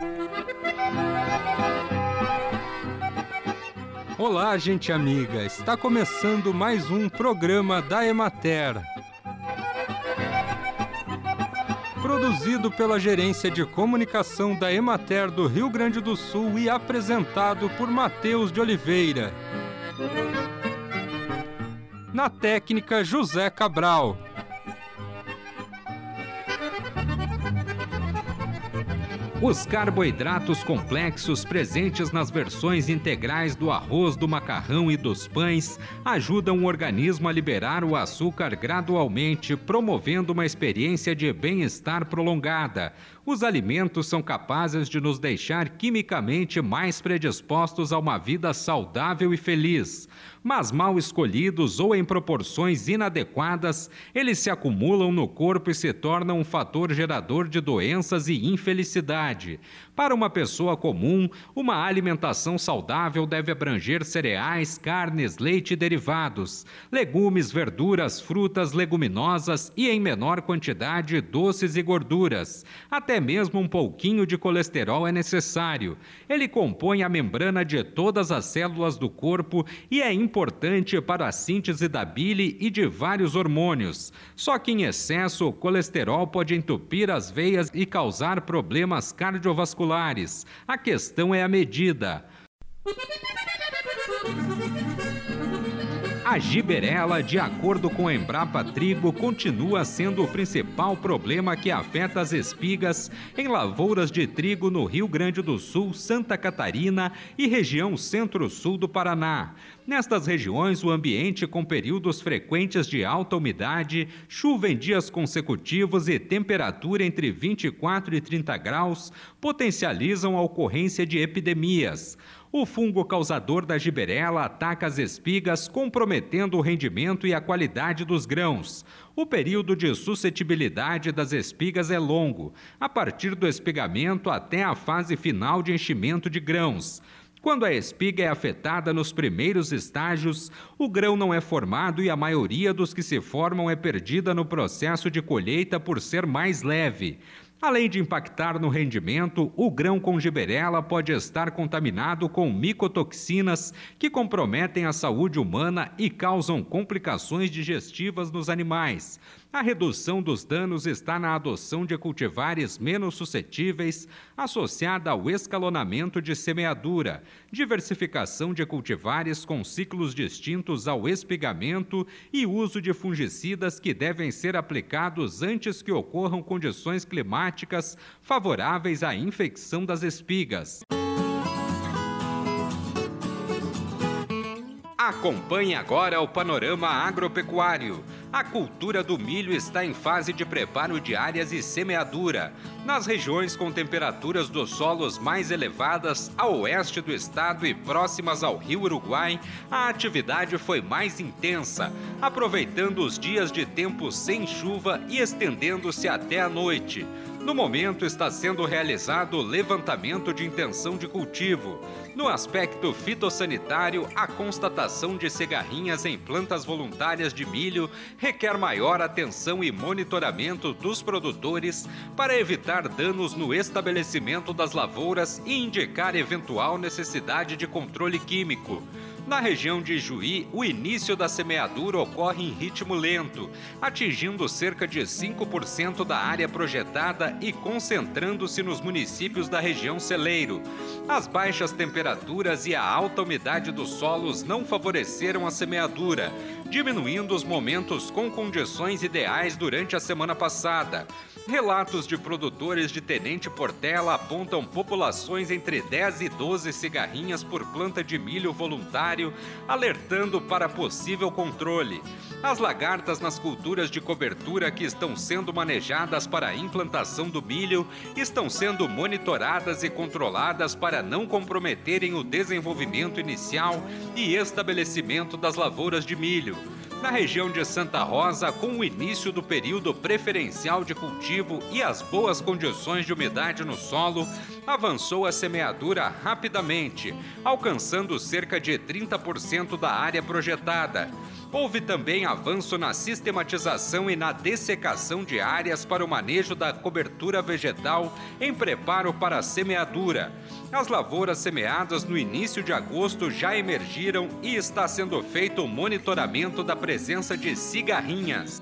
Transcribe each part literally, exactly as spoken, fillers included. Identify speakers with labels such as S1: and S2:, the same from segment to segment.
S1: Olá, gente amiga! Está começando mais um programa da Emater. Produzido pela Gerência de Comunicação da Emater do Rio Grande do Sul e apresentado por Matheus de Oliveira. Na técnica, José Cabral.
S2: Os carboidratos complexos presentes nas versões integrais do arroz, do macarrão e dos pães ajudam o organismo a liberar o açúcar gradualmente, promovendo uma experiência de bem-estar prolongada. Os alimentos são capazes de nos deixar quimicamente mais predispostos a uma vida saudável e feliz. Mas mal escolhidos ou em proporções inadequadas, eles se acumulam no corpo e se tornam um fator gerador de doenças e infelicidade. Para uma pessoa comum, uma alimentação saudável deve abranger cereais, carnes, leite e derivados, legumes, verduras, frutas, leguminosas e, em menor quantidade, doces e gorduras. Até mesmo um pouquinho de colesterol é necessário. Ele compõe a membrana de todas as células do corpo e é importante para a síntese da bile e de vários hormônios. Só que em excesso, o colesterol pode entupir as veias e causar problemas cardiovasculares. A questão é a medida. A giberela, de acordo com a Embrapa Trigo, continua sendo o principal problema que afeta as espigas em lavouras de trigo no Rio Grande do Sul, Santa Catarina e região centro-sul do Paraná. Nestas regiões, o ambiente com períodos frequentes de alta umidade, chuva em dias consecutivos e temperatura entre vinte e quatro e trinta graus potencializam a ocorrência de epidemias. O fungo causador da giberela ataca as espigas, comprometendo o rendimento e a qualidade dos grãos. O período de suscetibilidade das espigas é longo, a partir do espigamento até a fase final de enchimento de grãos. Quando a espiga é afetada nos primeiros estágios, o grão não é formado e a maioria dos que se formam é perdida no processo de colheita por ser mais leve. Além de impactar no rendimento, o grão com giberela pode estar contaminado com micotoxinas que comprometem a saúde humana e causam complicações digestivas nos animais. A redução dos danos está na adoção de cultivares menos suscetíveis, associada ao escalonamento de semeadura, diversificação de cultivares com ciclos distintos ao espigamento e uso de fungicidas que devem ser aplicados antes que ocorram condições climáticas favoráveis à infecção das espigas. Acompanhe agora o panorama agropecuário. A cultura do milho está em fase de preparo de áreas e semeadura. Nas regiões com temperaturas dos solos mais elevadas, a oeste do estado e próximas ao rio Uruguai, a atividade foi mais intensa, aproveitando os dias de tempo sem chuva e estendendo-se até a noite. No momento, está sendo realizado o levantamento de intenção de cultivo. No aspecto fitossanitário, a constatação de cigarrinhas em plantas voluntárias de milho requer maior atenção e monitoramento dos produtores para evitar danos no estabelecimento das lavouras e indicar eventual necessidade de controle químico. Na região de Juí, o início da semeadura ocorre em ritmo lento, atingindo cerca de cinco por cento da área projetada e concentrando-se nos municípios da região celeiro. As baixas temperaturas e a alta umidade dos solos não favoreceram a semeadura, diminuindo os momentos com condições ideais durante a semana passada. Relatos de produtores de Tenente Portela apontam populações entre dez e doze cigarrinhas por planta de milho voluntário, alertando para possível controle. As lagartas nas culturas de cobertura que estão sendo manejadas para a implantação do milho estão sendo monitoradas e controladas para não comprometerem o desenvolvimento inicial e estabelecimento das lavouras de milho. Na região de Santa Rosa, com o início do período preferencial de cultivo e as boas condições de umidade no solo, avançou a semeadura rapidamente, alcançando cerca de trinta por cento da área projetada. Houve também avanço na sistematização e na dessecação de áreas para o manejo da cobertura vegetal em preparo para a semeadura. As lavouras semeadas no início de agosto já emergiram e está sendo feito o monitoramento da presença de cigarrinhas.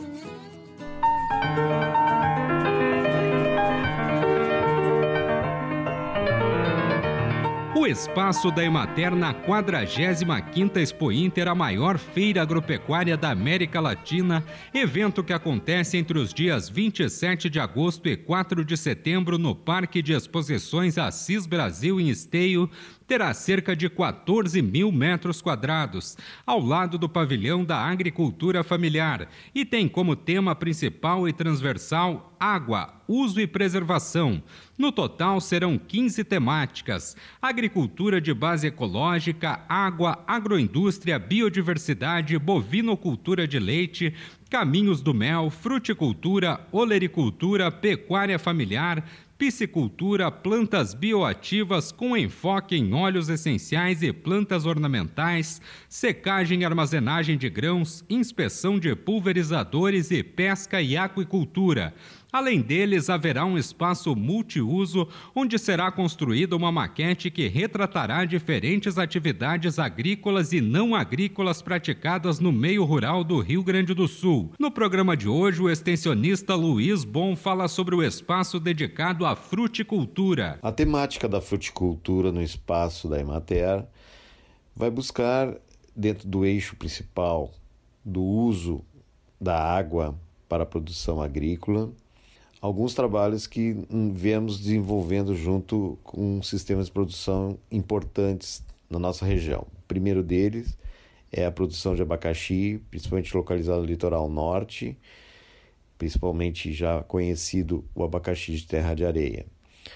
S2: O espaço da Emater na quadragésima quinta Expo Inter, a maior feira agropecuária da América Latina, evento que acontece entre os dias vinte e sete de agosto e quatro de setembro no Parque de Exposições Assis Brasil em Esteio, terá cerca de quatorze mil metros quadrados, ao lado do pavilhão da agricultura familiar, e tem como tema principal e transversal água, uso e preservação. No total serão quinze temáticas: agricultura de base ecológica, água, agroindústria, biodiversidade, bovinocultura de leite, caminhos do mel, fruticultura, olericultura, pecuária familiar, piscicultura, plantas bioativas com enfoque em óleos essenciais e plantas ornamentais, secagem e armazenagem de grãos, inspeção de pulverizadores e pesca e aquicultura. Além deles, haverá um espaço multiuso onde será construída uma maquete que retratará diferentes atividades agrícolas e não agrícolas praticadas no meio rural do Rio Grande do Sul. No programa de hoje, o extensionista Luiz Bom fala sobre o espaço dedicado à fruticultura.
S3: A temática da fruticultura no espaço da Emater vai buscar, dentro do eixo principal do uso da água para a produção agrícola, alguns trabalhos que vemos desenvolvendo junto com sistemas de produção importantes na nossa região. O primeiro deles é a produção de abacaxi, principalmente localizado no litoral norte, principalmente já conhecido o abacaxi de terra de areia,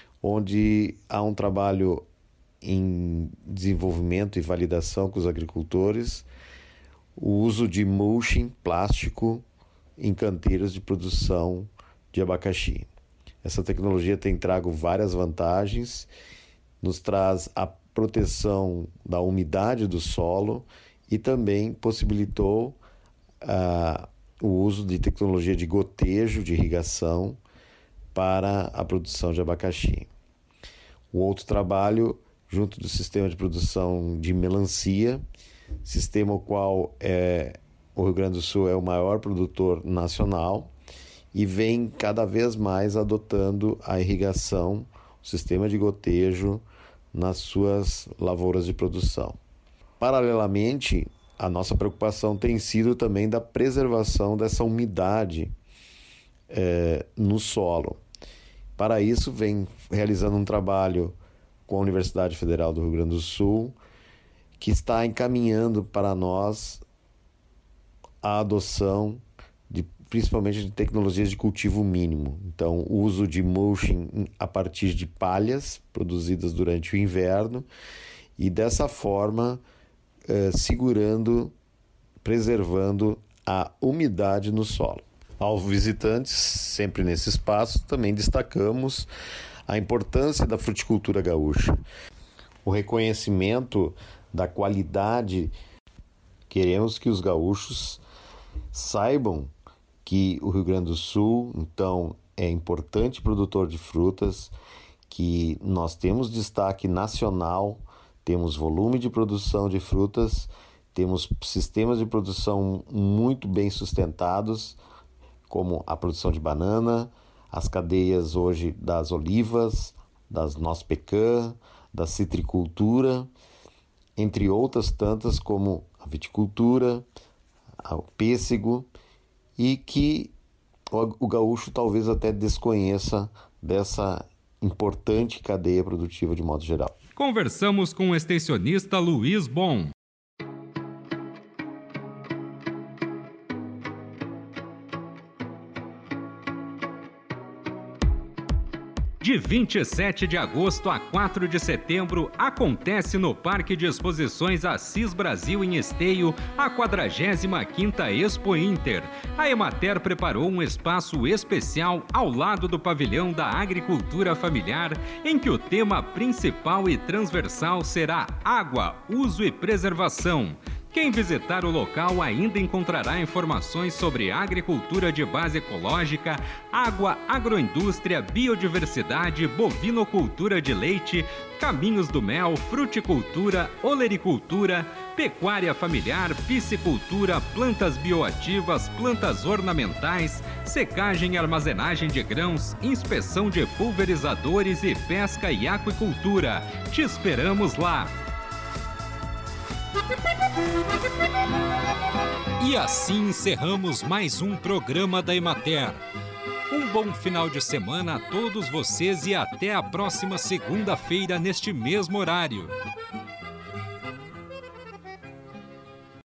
S3: onde há um trabalho em desenvolvimento e validação com os agricultores, o uso de mulching plástico em canteiros de produção de abacaxi. Essa tecnologia tem trago várias vantagens, nos traz a proteção da umidade do solo e também possibilitou uh, o uso de tecnologia de gotejo, de irrigação para a produção de abacaxi. O outro trabalho, junto do sistema de produção de melancia, sistema o qual é, o Rio Grande do Sul é o maior produtor nacional, e vem cada vez mais adotando a irrigação, o sistema de gotejo nas suas lavouras de produção. Paralelamente, a nossa preocupação tem sido também da preservação dessa umidade é, no solo. Para isso, vem realizando um trabalho com a Universidade Federal do Rio Grande do Sul, que está encaminhando para nós a adoção de principalmente de tecnologias de cultivo mínimo. Então, o uso de mulching a partir de palhas produzidas durante o inverno e, dessa forma, eh, segurando, preservando a umidade no solo. Aos visitantes, sempre nesse espaço, também destacamos a importância da fruticultura gaúcha. O reconhecimento da qualidade. Queremos que os gaúchos saibam que o Rio Grande do Sul, então, é importante produtor de frutas, que nós temos destaque nacional, temos volume de produção de frutas, temos sistemas de produção muito bem sustentados, como a produção de banana, as cadeias hoje das olivas, das noz pecan, da citricultura, entre outras tantas como a viticultura, o pêssego, e que o gaúcho talvez até desconheça dessa importante cadeia produtiva de modo geral.
S2: Conversamos com o extensionista Luiz Bom. De vinte e sete de agosto a quatro de setembro, acontece no Parque de Exposições Assis Brasil em Esteio a quadragésima quinta Expo Inter. A Emater preparou um espaço especial ao lado do pavilhão da agricultura familiar, em que o tema principal e transversal será água, uso e preservação. Quem visitar o local ainda encontrará informações sobre agricultura de base ecológica, água, agroindústria, biodiversidade, bovinocultura de leite, caminhos do mel, fruticultura, olericultura, pecuária familiar, piscicultura, plantas bioativas, plantas ornamentais, secagem e armazenagem de grãos, inspeção de pulverizadores e pesca e aquicultura. Te esperamos lá!
S1: E assim encerramos mais um programa da Emater. Um bom final de semana a todos vocês e até a próxima segunda-feira neste mesmo horário.